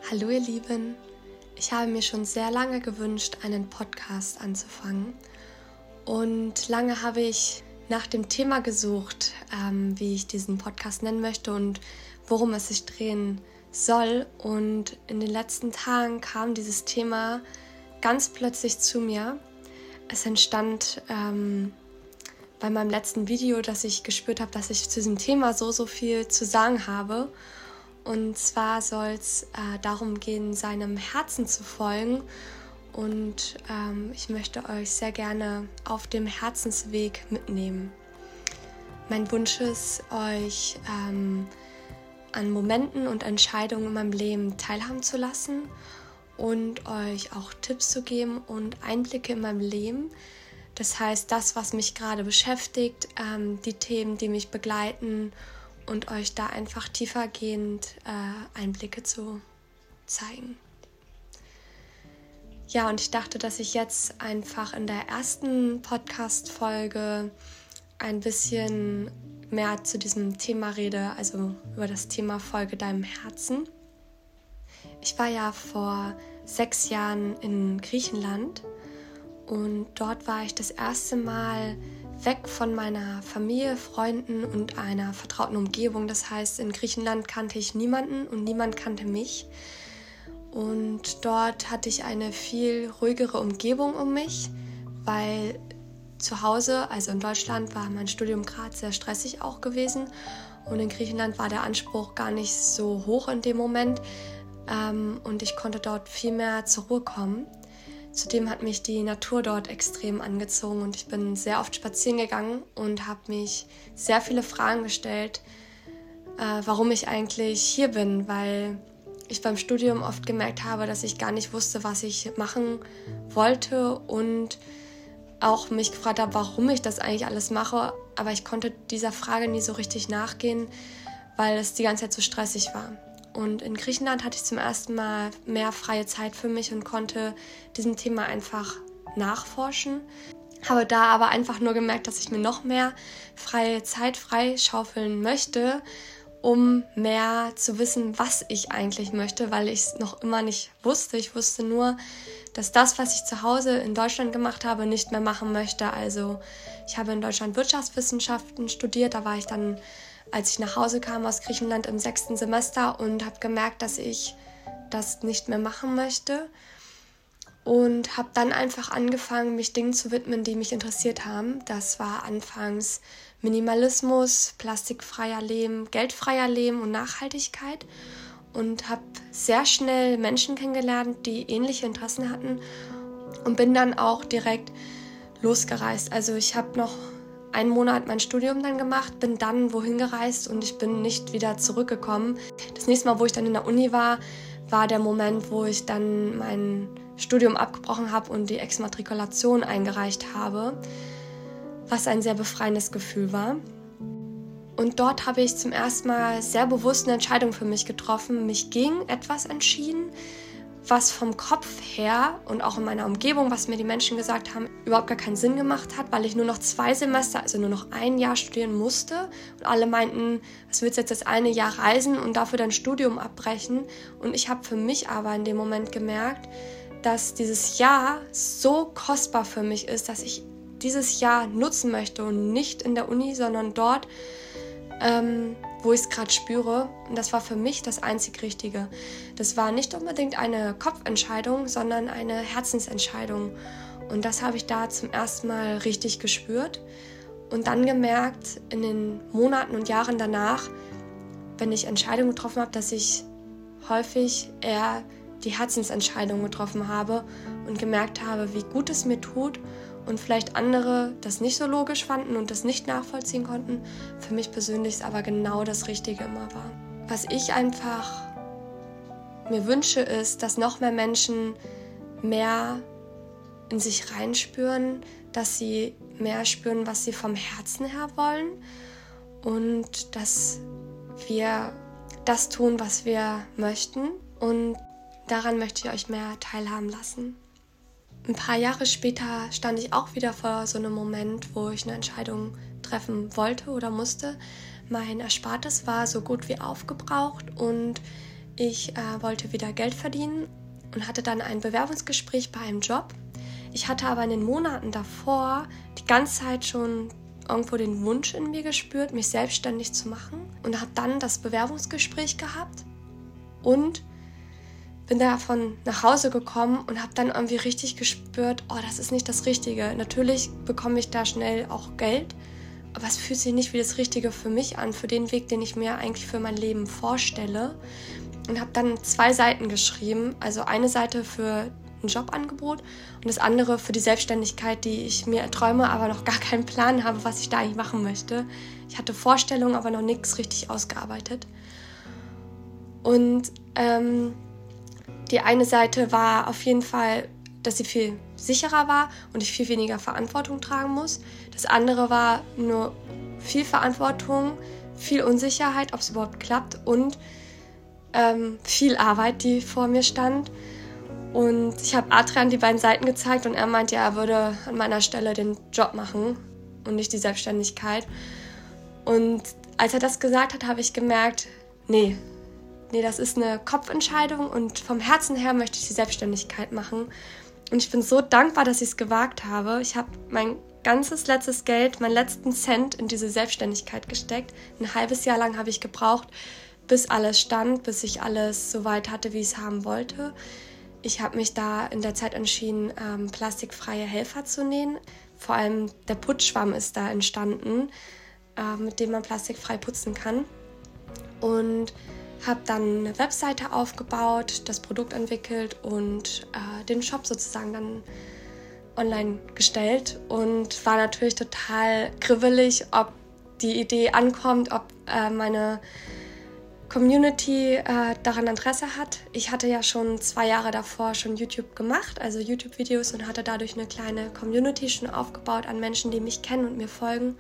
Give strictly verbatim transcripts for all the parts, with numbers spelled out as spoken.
Hallo ihr Lieben, ich habe mir schon sehr lange gewünscht, einen Podcast anzufangen und lange habe ich nach dem Thema gesucht, ähm, wie ich diesen Podcast nennen möchte und worum es sich drehen soll, und in den letzten Tagen kam dieses Thema ganz plötzlich zu mir. Es entstand ähm, bei meinem letzten Video, dass ich gespürt habe, dass ich zu diesem Thema so, so viel zu sagen habe. Und zwar soll es äh, darum gehen, seinem Herzen zu folgen. Und ähm, ich möchte euch sehr gerne auf dem Herzensweg mitnehmen. Mein Wunsch ist, euch ähm, an Momenten und Entscheidungen in meinem Leben teilhaben zu lassen und euch auch Tipps zu geben und Einblicke in meinem Leben. Das heißt, das, was mich gerade beschäftigt, ähm, die Themen, die mich begleiten, und euch da einfach tiefergehend äh, Einblicke zu zeigen. Ja, und ich dachte, dass ich jetzt einfach in der ersten Podcast-Folge ein bisschen mehr zu diesem Thema rede, also über das Thema Folge deinem Herzen. Ich war ja vor sechs Jahren in Griechenland und dort war ich das erste Mal weg von meiner Familie, Freunden und einer vertrauten Umgebung. Das heißt, in Griechenland kannte ich niemanden und niemand kannte mich. Und dort hatte ich eine viel ruhigere Umgebung um mich, weil zu Hause, also in Deutschland, war mein Studium gerade sehr stressig auch gewesen. Und in Griechenland war der Anspruch gar nicht so hoch in dem Moment. Und ich konnte dort viel mehr zur Ruhe kommen. Zudem hat mich die Natur dort extrem angezogen und ich bin sehr oft spazieren gegangen und habe mich sehr viele Fragen gestellt, äh, warum ich eigentlich hier bin, weil ich beim Studium oft gemerkt habe, dass ich gar nicht wusste, was ich machen wollte und auch mich gefragt habe, warum ich das eigentlich alles mache, aber ich konnte dieser Frage nie so richtig nachgehen, weil es die ganze Zeit so stressig war. Und in Griechenland hatte ich zum ersten Mal mehr freie Zeit für mich und konnte diesem Thema einfach nachforschen. Habe da aber einfach nur gemerkt, dass ich mir noch mehr freie Zeit freischaufeln möchte, um mehr zu wissen, was ich eigentlich möchte, weil ich es noch immer nicht wusste. Ich wusste nur, dass das, was ich zu Hause in Deutschland gemacht habe, nicht mehr machen möchte. Also ich habe in Deutschland Wirtschaftswissenschaften studiert, da war ich dann, als ich nach Hause kam aus Griechenland, im sechsten Semester und habe gemerkt, dass ich das nicht mehr machen möchte und habe dann einfach angefangen, mich Dingen zu widmen, die mich interessiert haben. Das war anfangs Minimalismus, plastikfreier Leben, geldfreier Leben und Nachhaltigkeit und habe sehr schnell Menschen kennengelernt, die ähnliche Interessen hatten und bin dann auch direkt losgereist. Also ich habe noch einen Monat mein Studium dann gemacht, bin dann wohin gereist und ich bin nicht wieder zurückgekommen. Das nächste Mal, wo ich dann in der Uni war, war der Moment, wo ich dann mein Studium abgebrochen habe und die Exmatrikulation eingereicht habe, was ein sehr befreiendes Gefühl war. Und dort habe ich zum ersten Mal sehr bewusst eine Entscheidung für mich getroffen, mich gegen etwas entschieden, was vom Kopf her und auch in meiner Umgebung, was mir die Menschen gesagt haben, überhaupt gar keinen Sinn gemacht hat, weil ich nur noch zwei Semester, also nur noch ein Jahr studieren musste. Und alle meinten, was willst du jetzt das eine Jahr reisen und dafür dein Studium abbrechen? Und ich habe für mich aber in dem Moment gemerkt, dass dieses Jahr so kostbar für mich ist, dass ich dieses Jahr nutzen möchte und nicht in der Uni, sondern dort, ähm, wo ich es gerade spüre. Und das war für mich das einzig Richtige. Das war nicht unbedingt eine Kopfentscheidung, sondern eine Herzensentscheidung. Und das habe ich da zum ersten Mal richtig gespürt und dann gemerkt in den Monaten und Jahren danach, wenn ich Entscheidungen getroffen habe, dass ich häufig eher die Herzensentscheidung getroffen habe und gemerkt habe, wie gut es mir tut und vielleicht andere das nicht so logisch fanden und das nicht nachvollziehen konnten. Für mich persönlich ist aber genau das Richtige immer war. Was ich einfach mir wünsche, ist, dass noch mehr Menschen mehr in sich reinspüren, dass sie mehr spüren, was sie vom Herzen her wollen und dass wir das tun, was wir möchten. Und daran möchte ich euch mehr teilhaben lassen. Ein paar Jahre später stand ich auch wieder vor so einem Moment, wo ich eine Entscheidung treffen wollte oder musste. Mein Erspartes war so gut wie aufgebraucht und Ich äh, wollte wieder Geld verdienen und hatte dann ein Bewerbungsgespräch bei einem Job. Ich hatte aber in den Monaten davor die ganze Zeit schon irgendwo den Wunsch in mir gespürt, mich selbstständig zu machen und habe dann das Bewerbungsgespräch gehabt und bin davon nach Hause gekommen und habe dann irgendwie richtig gespürt, oh, das ist nicht das Richtige. Natürlich bekomme ich da schnell auch Geld, aber es fühlt sich nicht wie das Richtige für mich an, für den Weg, den ich mir eigentlich für mein Leben vorstelle. Und habe dann zwei Seiten geschrieben, also eine Seite für ein Jobangebot und das andere für die Selbstständigkeit, die ich mir erträume, aber noch gar keinen Plan habe, was ich da eigentlich machen möchte. Ich hatte Vorstellungen, aber noch nichts richtig ausgearbeitet. Und ähm, die eine Seite war auf jeden Fall, dass sie viel sicherer war und ich viel weniger Verantwortung tragen muss. Das andere war nur viel Verantwortung, viel Unsicherheit, ob es überhaupt klappt und ähm, viel Arbeit, die vor mir stand. Und ich habe Adrian die beiden Seiten gezeigt und er meinte, ja, er würde an meiner Stelle den Job machen und nicht die Selbstständigkeit. Und als er das gesagt hat, habe ich gemerkt, nee, nee, das ist eine Kopfentscheidung und vom Herzen her möchte ich die Selbstständigkeit machen. Und ich bin so dankbar, dass ich es gewagt habe. Ich habe mein ganzes letztes Geld, meinen letzten Cent in diese Selbstständigkeit gesteckt. Ein halbes Jahr lang habe ich gebraucht, bis alles stand, bis ich alles so weit hatte, wie ich es haben wollte. Ich habe mich da in der Zeit entschieden, ähm, plastikfreie Helfer zu nähen. Vor allem der Putzschwamm ist da entstanden, äh, mit dem man plastikfrei putzen kann. Und habe dann eine Webseite aufgebaut, das Produkt entwickelt und äh, den Shop sozusagen dann online gestellt. Und war natürlich total kribbelig, ob die Idee ankommt, ob äh, meine Community äh, daran Interesse hat. Ich hatte ja schon zwei Jahre davor schon YouTube gemacht, also YouTube-Videos und hatte dadurch eine kleine Community schon aufgebaut an Menschen, die mich kennen und mir folgen.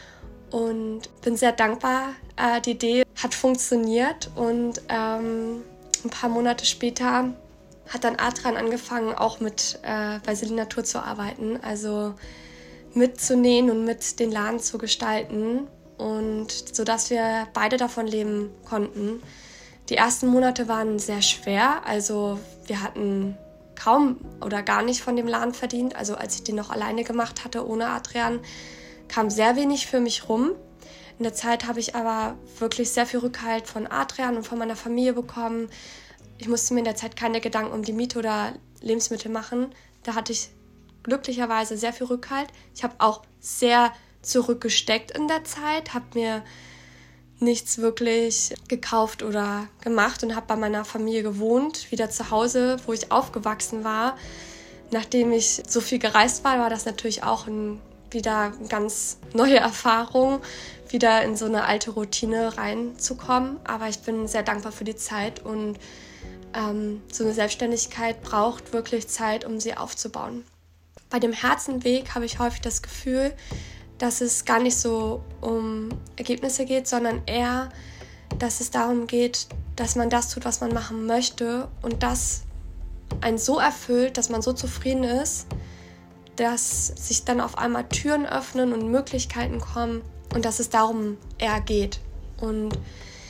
Und bin sehr dankbar. Äh, die Idee hat funktioniert und ähm, ein paar Monate später hat dann Adrian angefangen, auch mit äh, bei Selina Tour zu arbeiten, also mitzunähen und mit den Laden zu gestalten. Und sodass wir beide davon leben konnten. Die ersten Monate waren sehr schwer, also wir hatten kaum oder gar nicht von dem Laden verdient. Also als ich den noch alleine gemacht hatte, ohne Adrian, kam sehr wenig für mich rum. In der Zeit habe ich aber wirklich sehr viel Rückhalt von Adrian und von meiner Familie bekommen. Ich musste mir in der Zeit keine Gedanken um die Miete oder Lebensmittel machen. Da hatte ich glücklicherweise sehr viel Rückhalt. Ich habe auch sehr zurückgesteckt in der Zeit, habe mir nichts wirklich gekauft oder gemacht und habe bei meiner Familie gewohnt, wieder zu Hause, wo ich aufgewachsen war. Nachdem ich so viel gereist war, war das natürlich auch ein, wieder eine ganz neue Erfahrung, wieder in so eine alte Routine reinzukommen. Aber ich bin sehr dankbar für die Zeit und ähm, so eine Selbstständigkeit braucht wirklich Zeit, um sie aufzubauen. Bei dem Herzenweg habe ich häufig das Gefühl, dass es gar nicht so um Ergebnisse geht, sondern eher, dass es darum geht, dass man das tut, was man machen möchte und das einen so erfüllt, dass man so zufrieden ist, dass sich dann auf einmal Türen öffnen und Möglichkeiten kommen und dass es darum eher geht. Und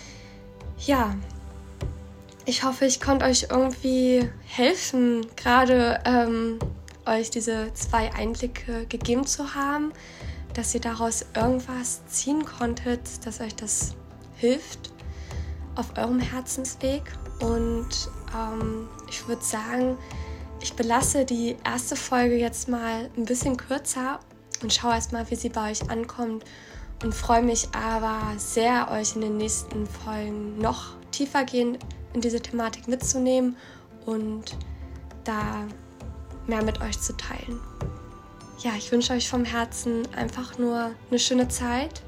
ja, ich hoffe, ich konnte euch irgendwie helfen, gerade ähm, euch diese zwei Einblicke gegeben zu haben, dass ihr daraus irgendwas ziehen konntet, dass euch das hilft auf eurem Herzensweg. Und ähm, ich würde sagen, ich belasse die erste Folge jetzt mal ein bisschen kürzer und schaue erstmal, wie sie bei euch ankommt und freue mich aber sehr, euch in den nächsten Folgen noch tiefergehend in diese Thematik mitzunehmen und da mehr mit euch zu teilen. Ja, ich wünsche euch vom Herzen einfach nur eine schöne Zeit.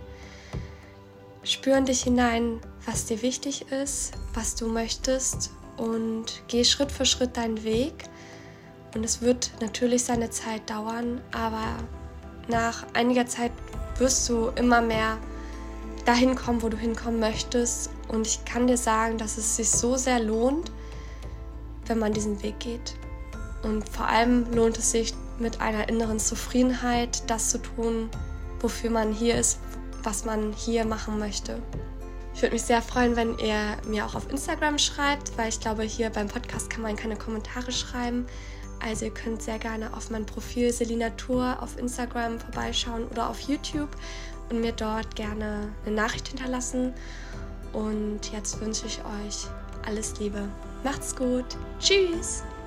Spür in dich hinein, was dir wichtig ist, was du möchtest und geh Schritt für Schritt deinen Weg. Und es wird natürlich seine Zeit dauern, aber nach einiger Zeit wirst du immer mehr dahin kommen, wo du hinkommen möchtest. Und ich kann dir sagen, dass es sich so sehr lohnt, wenn man diesen Weg geht. Und vor allem lohnt es sich, mit einer inneren Zufriedenheit das zu tun, wofür man hier ist, was man hier machen möchte. Ich würde mich sehr freuen, wenn ihr mir auch auf Instagram schreibt, weil ich glaube, hier beim Podcast kann man keine Kommentare schreiben. Also ihr könnt sehr gerne auf mein Profil Selina Tour auf Instagram vorbeischauen oder auf YouTube und mir dort gerne eine Nachricht hinterlassen. Und jetzt wünsche ich euch alles Liebe. Macht's gut. Tschüss.